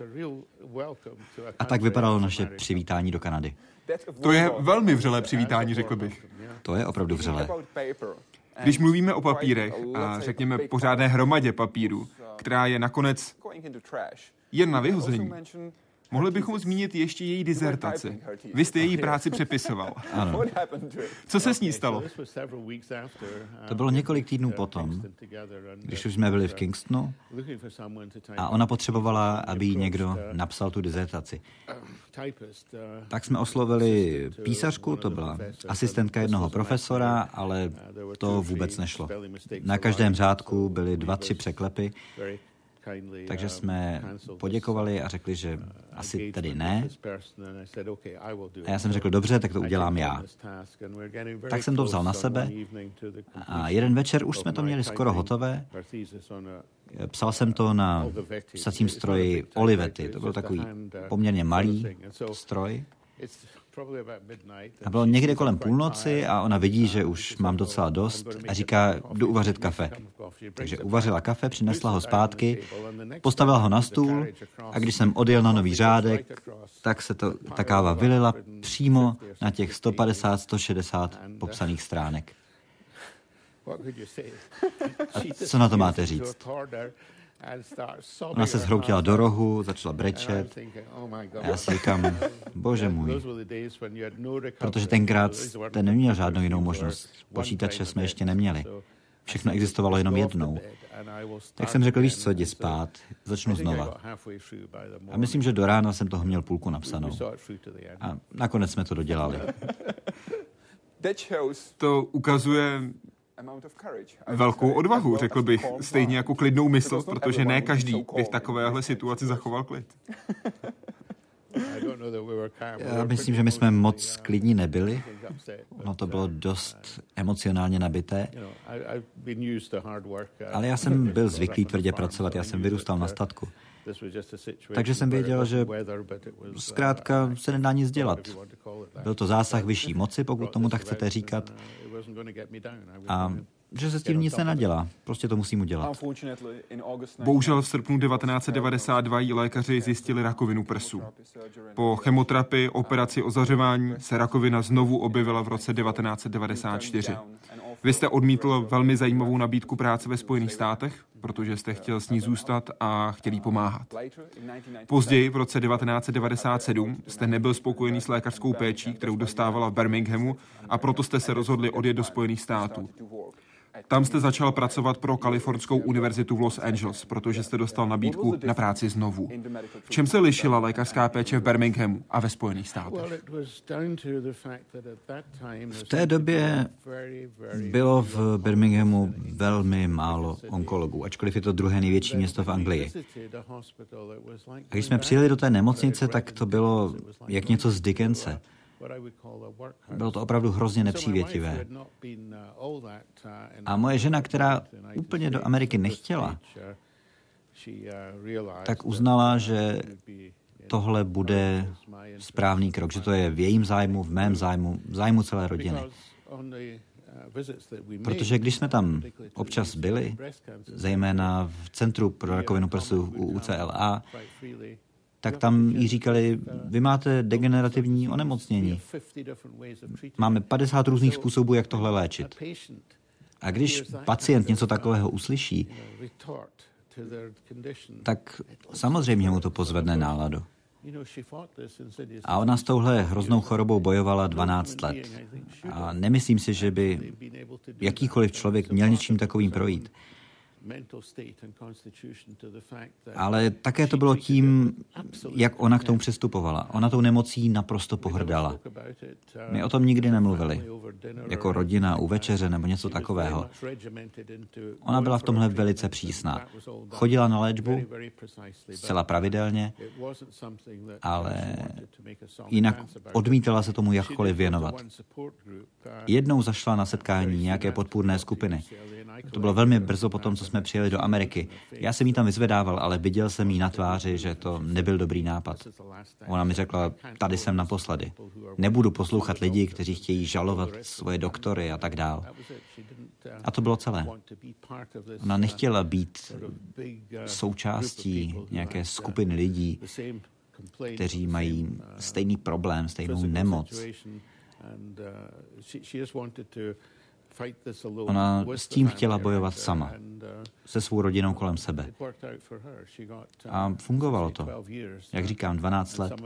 A tak vypadalo naše přivítání do Kanady. To je velmi vřelé přivítání, řekl bych. To je opravdu vřelé. Když mluvíme o papírech a řekněme pořádné hromadě papíru, která je nakonec jen na vyhození, mohli bychom zmínit ještě její dizertaci. Vy jste její práci přepisoval. Ano. Co se s ní stalo? To bylo několik týdnů potom, když už jsme byli v Kingstonu a ona potřebovala, aby jí někdo napsal tu dizertaci. Tak jsme oslovili písařku, to byla asistentka jednoho profesora, ale to vůbec nešlo. Na každém řádku byly dva, tři překlepy, takže jsme poděkovali a řekli, že asi tedy ne. A já jsem řekl, dobře, tak to udělám já. Tak jsem to vzal na sebe a jeden večer už jsme to měli skoro hotové. Psal jsem to na psacím stroji Olivetti. To byl takový poměrně malý stroj. A bylo někde kolem půlnoci a ona vidí, že už mám docela dost a říká, jdu uvařit kafe. Takže uvařila kafe, přinesla ho zpátky, postavila ho na stůl a když jsem odjel na nový řádek, tak se to, ta káva vylila přímo na těch sto padesát, sto šedesát popsaných stránek. A co na to máte říct? Ona se zhroutila do rohu, začala brečet a já si říkám, bože můj, protože tenkrát jste neměl žádnou jinou možnost. Počítače jsme ještě neměli. Všechno existovalo jenom jednou. Tak jsem řekl, víš co, jdi spát, začnu znova. A myslím, že do rána jsem toho měl půlku napsanou. A nakonec jsme to dodělali. To ukazuje velkou odvahu, řekl bych, stejně jako klidnou mysl, protože ne každý by v takovéhle situaci zachoval klid. Já myslím, že my jsme moc klidní nebyli. No to bylo dost emocionálně nabité. Ale já jsem byl zvyklý tvrdě pracovat, já jsem vyrůstal na statku. Takže jsem věděl, že zkrátka se nedá nic dělat. Byl to zásah vyšší moci, pokud tomu tak chcete říkat. A že se s tím nic nenadělá. Prostě to musím udělat. Bohužel v srpnu devatenáct set devadesát dva jí lékaři zjistili rakovinu prsu. Po chemoterapii, operaci ozařování se rakovina znovu objevila v roce devatenáct set devadesát čtyři. Vy jste odmítl velmi zajímavou nabídku práce ve Spojených státech, protože jste chtěl s ní zůstat a chtěl jí pomáhat. Později, v roce devatenáct set devadesát sedm, jste nebyl spokojený s lékařskou péčí, kterou dostávala v Birminghamu, a proto jste se rozhodli odjet do Spojených států. Tam jste začal pracovat pro Kalifornskou univerzitu v Los Angeles, protože jste dostal nabídku na práci znovu. V čem se lišila lékařská péče v Birminghamu a ve Spojených státech? V té době bylo v Birminghamu velmi málo onkologů, ačkoliv je to druhé největší město v Anglii. A když jsme přijeli do té nemocnice, tak to bylo jak něco z Dickense. Bylo to opravdu hrozně nepřívětivé. A moje žena, která úplně do Ameriky nechtěla, tak uznala, že tohle bude správný krok, že to je v jejím zájmu, v mém zájmu, v zájmu celé rodiny. Protože když jsme tam občas byli, zejména v Centru pro rakovinu prsu u U C L A, tak tam jí říkali, vy máte degenerativní onemocnění. Máme padesát různých způsobů, jak tohle léčit. A když pacient něco takového uslyší, tak samozřejmě mu to pozvedne náladu. A ona s touhle hroznou chorobou bojovala dvanáct let. A nemyslím si, že by jakýkoliv člověk měl něčím takovým projít. Ale také to bylo tím, jak ona k tomu přistupovala. Ona tou nemocí naprosto pohrdala. My o tom nikdy nemluvili. Jako rodina u večeře nebo něco takového. Ona byla v tomhle velice přísná. Chodila na léčbu zcela pravidelně, ale jinak odmítala se tomu jakkoliv věnovat. Jednou zašla na setkání nějaké podpůrné skupiny. To bylo velmi brzo po tom, co jsme přijeli do Ameriky. Já jsem jí tam vyzvedával, ale viděl jsem jí na tváři, že to nebyl dobrý nápad. Ona mi řekla, tady jsem naposledy. Nebudu poslouchat lidi, kteří chtějí žalovat svoje doktory a tak dál. A to bylo celé. Ona nechtěla být součástí nějaké skupiny lidí, kteří mají stejný problém, stejnou nemoc. Ona s tím chtěla bojovat sama, se svou rodinou kolem sebe. A fungovalo to. Jak říkám, dvanáct let.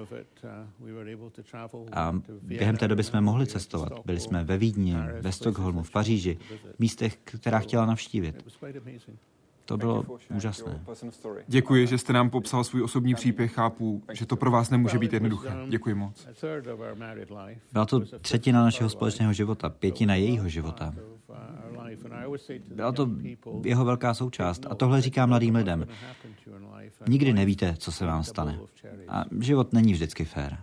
A během té doby jsme mohli cestovat. Byli jsme ve Vídni, ve Stockholmu, v Paříži, v místech, která chtěla navštívit. To bylo úžasné. Děkuji, že jste nám popsal svůj osobní příběh. Chápu, že to pro vás nemůže být jednoduché. Děkuji moc. Byla to třetina našeho společného života, pětina jejího života. Byla to jeho velká součást. A tohle říkám mladým lidem. Nikdy nevíte, co se vám stane. A život není vždycky fér.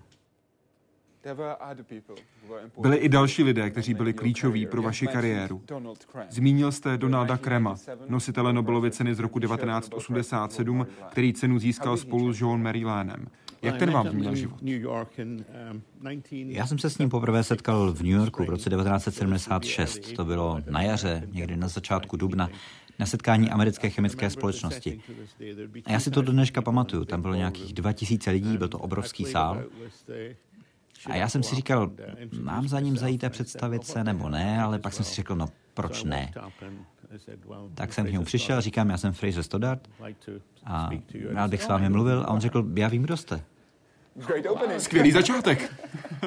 Byli i další lidé, kteří byli klíčoví pro vaši kariéru. Zmínil jste Donalda Crema, nositele Nobelovy ceny z roku devatenáct osmdesát sedm, který cenu získal spolu s Jean Marie Lénem. Jak ten vám změnil život? Já jsem se s ním poprvé setkal v New Yorku v roce devatenáct set sedmdesát šest. To bylo na jaře, někdy na začátku dubna, na setkání americké chemické společnosti. A já si to do dneška pamatuju. Tam bylo nějakých dva tisíce lidí, byl to obrovský sál. A já jsem si říkal, mám za ním zajít a představit se, nebo ne, ale pak jsem si řekl, no proč ne? Tak jsem k němu přišel, říkám, já jsem Fraser Stoddart a rád bych s vámi mluvil a on řekl, já vím, kdo jste. Skvělý začátek.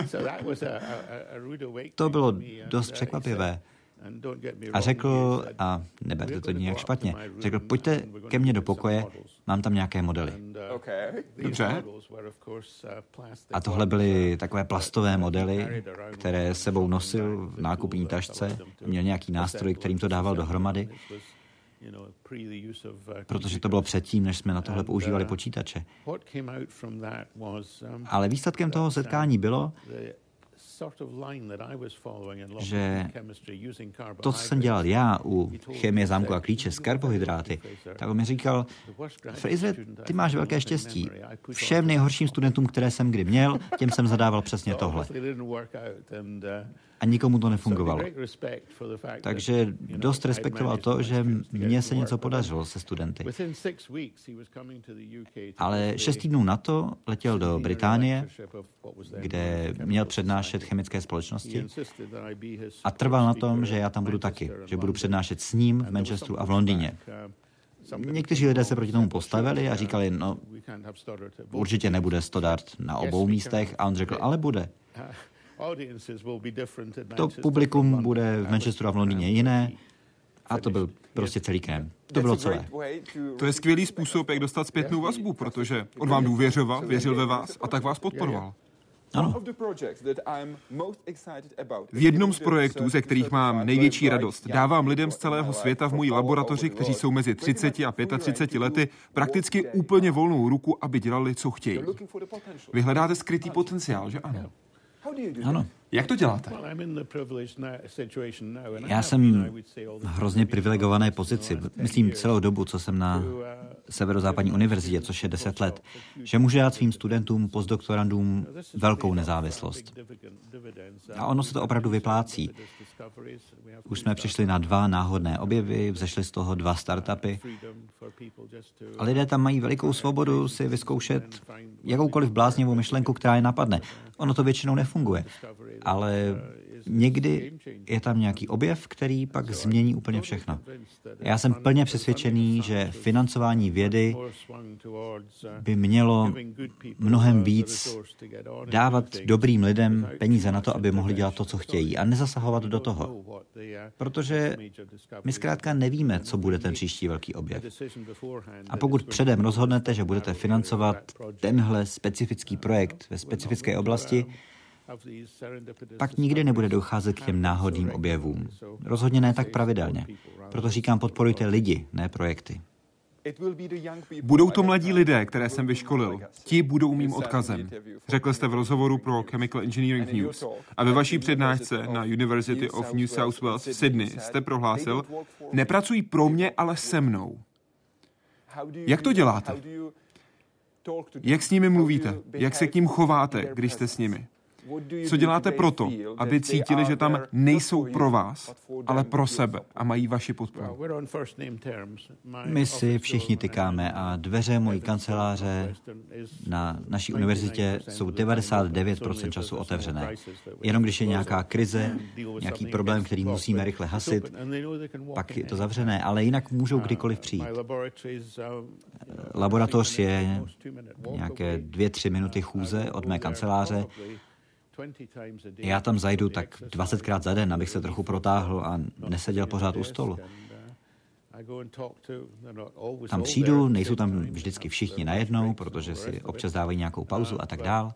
To bylo dost překvapivé. A řekl, a neberte to nijak špatně, řekl, pojďte ke mně do pokoje, mám tam nějaké modely. Dobře. A tohle byly takové plastové modely, které sebou nosil v nákupní tašce, měl nějaký nástroj, kterým to dával dohromady, protože to bylo předtím, než jsme na tohle používali počítače. Ale výsledkem toho setkání bylo, že to, co jsem dělal já u chemie zámku a klíče s karbohydráty, tak on mi říkal, Fraser, ty máš velké štěstí. Všem nejhorším studentům, které jsem kdy měl, těm jsem zadával přesně tohle. A nikomu to nefungovalo. Takže dost respektoval to, že mně se něco podařilo se studenty. Ale šest týdnů na to letěl do Británie, kde měl přednášet chemické společnosti a trval na tom, že já tam budu taky, že budu přednášet s ním v Manchesteru a v Londýně. Někteří lidé se proti tomu postavili a říkali, no určitě nebude Stoddart na obou místech a on řekl, ale bude. To publikum bude v Manchesteru a v Londýně jiné A to byl prostě celý krém. To bylo celé. To je skvělý způsob, jak dostat zpětnou vazbu, protože on vám důvěřoval, věřil ve vás a tak vás podporoval. Ano. V jednom z projektů, ze kterých mám největší radost, dávám lidem z celého světa v mojí laboratoři, kteří jsou mezi třiceti a třiceti pěti lety, prakticky úplně volnou ruku, aby dělali, co chtějí. Vy hledáte skrytý potenciál, že ano? Ano. Jak to děláte? Já jsem v hrozně privilegované pozici. Myslím celou dobu, co jsem na Severozápadní univerzitě, což je deset let, že může dát svým studentům, postdoktorandům velkou nezávislost. A ono se to opravdu vyplácí. Už jsme přišli na dva náhodné objevy, vzešly z toho dva startupy. A lidé tam mají velikou svobodu si vyzkoušet jakoukoliv bláznivou myšlenku, která je napadne. Ono to většinou nefunguje. Ale někdy je tam nějaký objev, který pak změní úplně všechno. Já jsem plně přesvědčený, že financování vědy by mělo mnohem víc dávat dobrým lidem peníze na to, aby mohli dělat to, co chtějí a nezasahovat do toho. Protože my zkrátka nevíme, co bude ten příští velký objev. A pokud předem rozhodnete, že budete financovat tenhle specifický projekt ve specifické oblasti, pak nikdy nebude docházet k těm náhodným objevům. Rozhodně ne tak pravidelně. Proto říkám, podporujte lidi, ne projekty. Budou to mladí lidé, které jsem vyškolil. Ti budou mým odkazem. Řekl jste v rozhovoru pro Chemical Engineering News. A ve vaší přednášce na University of New South Wales v Sydney jste prohlásil, nepracují pro mě, ale se mnou. Jak to děláte? Jak s nimi mluvíte? Jak se k ním chováte, když jste s nimi? Co děláte proto, aby cítili, že tam nejsou pro vás, ale pro sebe a mají vaši podporu? My si všichni tykáme a dveře mojí kanceláře na naší univerzitě jsou devadesát devět procent času otevřené. Jenom když je nějaká krize, nějaký problém, který musíme rychle hasit, pak je to zavřené, ale jinak můžou kdykoliv přijít. Laboratoř je nějaké dvě, tři minuty chůze od mé kanceláře. Já tam zajdu tak dvacetkrát za den, abych se trochu protáhl a neseděl pořád u stolu. Tam přijdu, nejsou tam vždycky všichni najednou, protože si občas dávají nějakou pauzu a tak dál.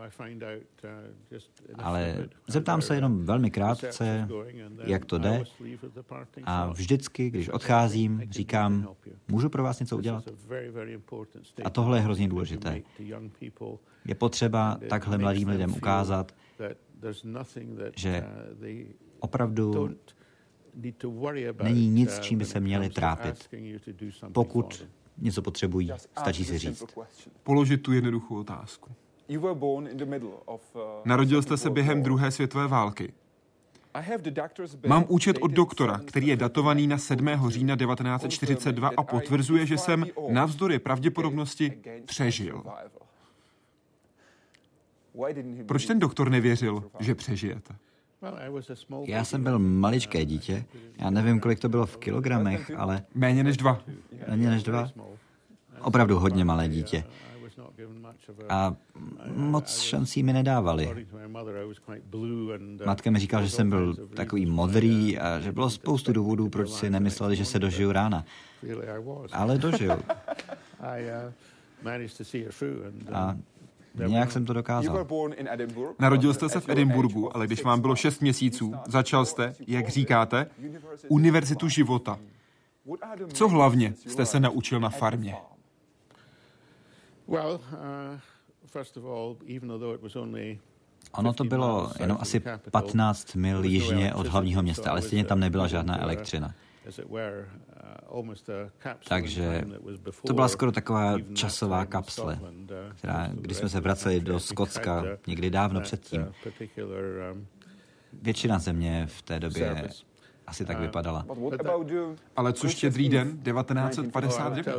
Ale zeptám se jenom velmi krátce, jak to jde. A vždycky, když odcházím, říkám, můžu pro vás něco udělat? A tohle je hrozně důležité. Je potřeba takhle mladým lidem ukázat, že opravdu není nic, čím by se měli trápit. Pokud něco potřebují, stačí si říct. Položit tu jednoduchou otázku. Narodil jste se během druhé světové války. Mám účet od doktora, který je datovaný na sedmého října devatenáct set čtyřicet dva a potvrzuje, že jsem navzdory pravděpodobnosti přežil. Proč ten doktor nevěřil, že přežijete? Já jsem byl maličké dítě. Já nevím, kolik to bylo v kilogramech, ale... Méně než dva. Méně než dva? Opravdu hodně malé dítě. A moc šancí mi nedávali. Matka mi říkala, že jsem byl takový modrý a že bylo spoustu důvodů, proč si nemysleli, že se dožiju rána. Ale dožiju. A nějak jsem to dokázal. Narodil jste se v Edinburgu, ale když vám bylo šest měsíců, začal jste, jak říkáte, univerzitu života. Co hlavně jste se naučil na farmě? Ono to bylo jenom asi patnáct mil jižně od hlavního města, ale stejně tam nebyla žádná elektřina. Takže to byla skoro taková časová kapsle, která, když jsme se vraceli do Skotska někdy dávno předtím, většina země v té době asi tak vypadala. Ale co Štědrý den devatenáct set padesát devět?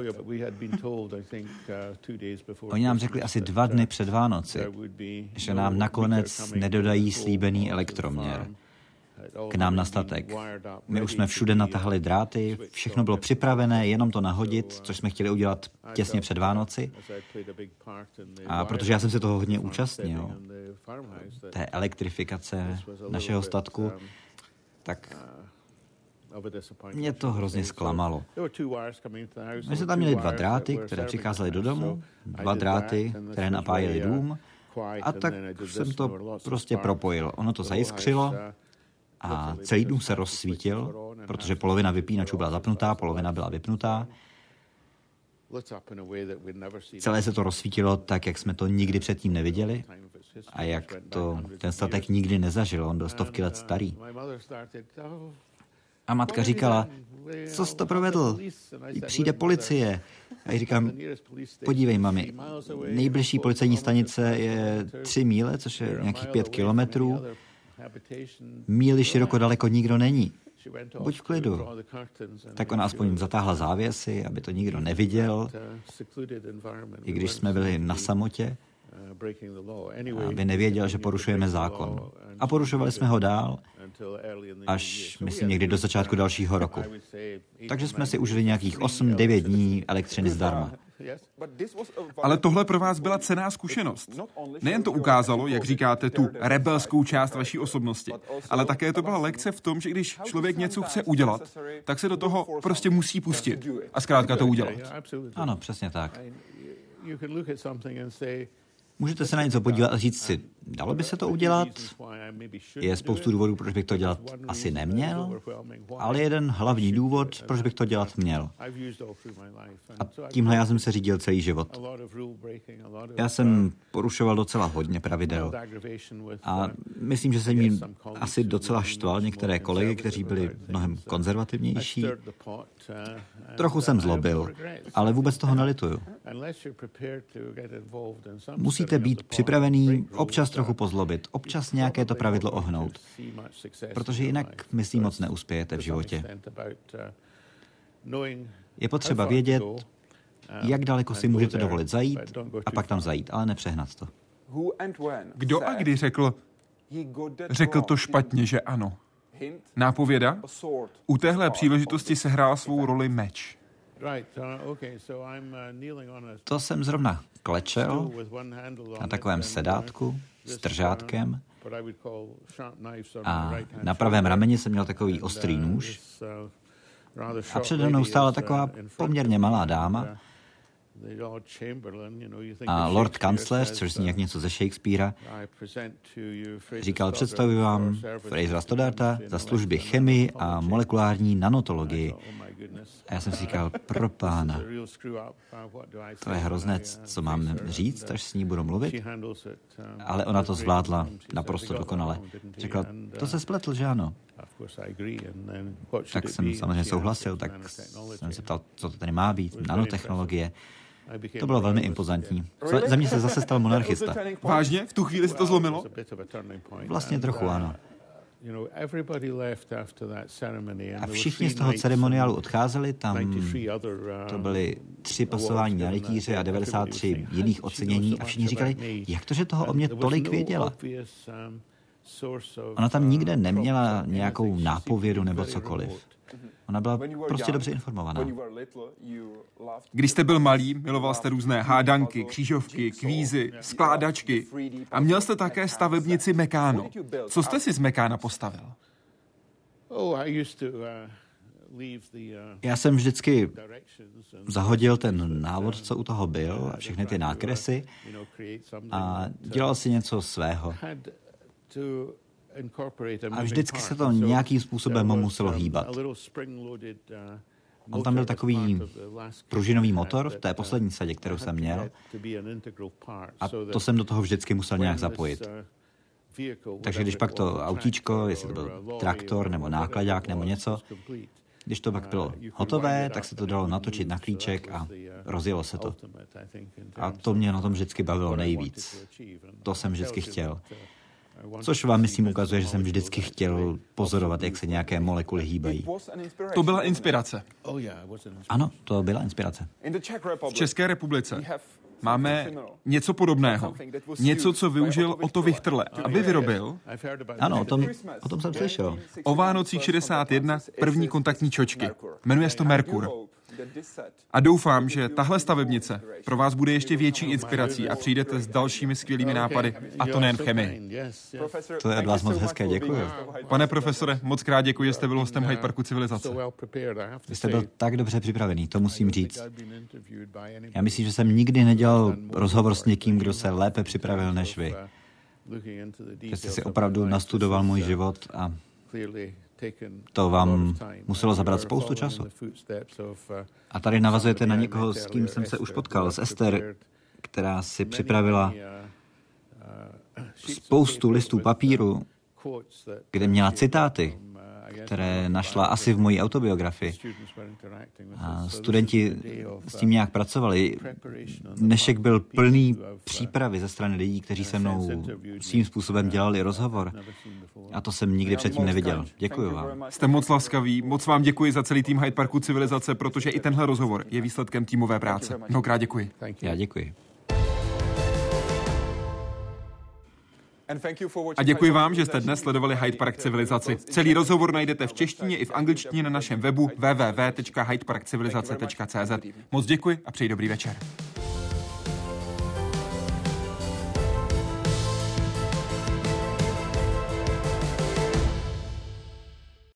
Oni nám řekli asi dva dny před Vánoci, že nám nakonec nedodají slíbený elektroměr k nám na statek. My už jsme všude natahali dráty, všechno bylo připravené, jenom to nahodit, což jsme chtěli udělat těsně před Vánoci. A protože já jsem se toho hodně účastnil, té elektrifikace našeho statku, tak Mě to hrozně zklamalo. My jsme tam měli dva dráty, které přicházely do domu, dva dráty, které napájely dům, a tak jsem to prostě propojil. Ono to zajiskřilo a celý dům se rozsvítil, protože polovina vypínačů byla zapnutá, polovina byla vypnutá. Celé se to rozsvítilo tak, jak jsme to nikdy předtím neviděli a jak to ten statek nikdy nezažil. On byl stovky let starý. A matka říkala, co jsi to provedl? Přijde policie. A já říkám, podívej, mami, nejbližší policejní stanice je tři míle, což je nějakých pět kilometrů. Míli široko daleko nikdo není. Buď v klidu. Tak ona aspoň zatáhla závěsy, aby to nikdo neviděl, i když jsme byli na samotě, aby nevěděl, že porušujeme zákon. A porušovali jsme ho dál, až, myslím, někdy do začátku dalšího roku. Takže jsme si užili nějakých osm devět dní elektřiny zdarma. Ale tohle pro vás byla cenná zkušenost. Nejen to ukázalo, jak říkáte, tu rebelskou část vaší osobnosti, ale také to byla lekce v tom, že když člověk něco chce udělat, tak se do toho prostě musí pustit a zkrátka to udělat. Ano, přesně tak. Můžete se na něco podívat a říct si, dalo by se to udělat? Je spoustu důvodů, proč bych to dělat asi neměl, ale jeden hlavní důvod, proč bych to dělat měl. A tímhle já jsem se řídil celý život. Já jsem porušoval docela hodně pravidel a myslím, že jsem jim asi docela štval některé kolegy, kteří byli mnohem konzervativnější. Trochu jsem zlobil, ale vůbec toho nelituju. Musíte být připravený občas trochu pozlobit, občas nějaké to pravidlo ohnout, protože jinak, myslím, moc neuspějete v životě. Je potřeba vědět, jak daleko si můžete dovolit zajít a pak tam zajít, ale nepřehnat to. Kdo a kdy řekl, řekl to špatně, že ano? Nápověda? U téhle příležitosti sehrála svou roli meč. To jsem zrovna klečel na takovém sedátku s držátkem a na pravém rameni jsem měl takový ostrý nůž a přede mnou stála taková poměrně malá dáma a lord kancléř, což zní jak něco ze Shakespearea, říkal, představuji vám Frasera Stoddarta za služby chemii a molekulární nanotologii. A já jsem si říkal, pro pána, to je hrozné, co mám říct, až s ní budu mluvit. Ale ona to zvládla naprosto dokonale. Řekla, to se spletl, že ano? Tak jsem samozřejmě souhlasil, tak jsem se ptal, co to tady má být, nanotechnologie. To bylo velmi impozantní. Ze mě se zase stal monarchista. Vážně? V tu chvíli se to zlomilo? Vlastně trochu, ano. A všichni z toho ceremoniálu odcházeli, tam to byly tři pasování na rytíře a devadesát tři jiných ocenění a všichni říkali, jak to, že toho o mě tolik věděla. Ona tam nikde neměla nějakou nápovědu nebo cokoliv. Ona byla prostě dobře informovaná. Když jste byl malý, miloval jste různé hádanky, křížovky, kvízy, skládačky a měl jste také stavebnici Meccano. Co jste si z Meccana postavil? Já jsem vždycky zahodil ten návod, co u toho byl, a všechny ty nákresy a dělal si něco svého. A vždycky se to nějakým způsobem muselo hýbat. On tam byl takový pružinový motor v té poslední sadě, kterou jsem měl, a to jsem do toho vždycky musel nějak zapojit. Takže když pak to autíčko, jestli to byl traktor nebo nákladák nebo něco, když to pak bylo hotové, tak se to dalo natočit na klíček a rozjelo se to. A to mě na tom vždycky bavilo nejvíc. To jsem vždycky chtěl. Což vám, myslím, ukazuje, že jsem vždycky chtěl pozorovat, jak se nějaké molekuly hýbají. To byla inspirace. Ano, to byla inspirace. V České republice máme něco podobného. Něco, co využil Otto Wichterle, aby vyrobil... Ano, o tom, o tom jsem slyšel. O Vánocích šedesát jedna první kontaktní čočky. Jmenuje se to Merkur. A doufám, že tahle stavebnice pro vás bude ještě větší inspirací a přijdete s dalšími skvělými nápady, a to nejen v chemii. To je od vás moc hezké, děkuji. Pane profesore, moc krát děkuji, že jste byl hostem Hyde Parku civilizace. Vy jste byl tak dobře připravený, to musím říct. Já myslím, že jsem nikdy nedělal rozhovor s někým, kdo se lépe připravil než vy. Že jste si opravdu nastudoval můj život a to vám muselo zabrat spoustu času. A tady navazujete na někoho, s kým jsem se už potkal, s Ester, která si připravila spoustu listů papíru, kde měla citáty, které našla asi v mojí autobiografii. A studenti s tím nějak pracovali. Dnešek byl plný přípravy ze strany lidí, kteří se mnou svým způsobem dělali rozhovor. A to jsem nikdy předtím neviděl. Děkuji vám. Jste moc laskaví, moc vám děkuji za celý tým Hyde Parku civilizace, protože i tenhle rozhovor je výsledkem týmové práce. Mnohokrát děkuji. Já děkuji. A děkuji vám, že jste dnes sledovali Hyde Park civilizaci. Celý rozhovor najdete v češtině i v angličtině na našem webu w w w tečka hyde park civilizace tečka c z. Moc děkuji a přeji dobrý večer.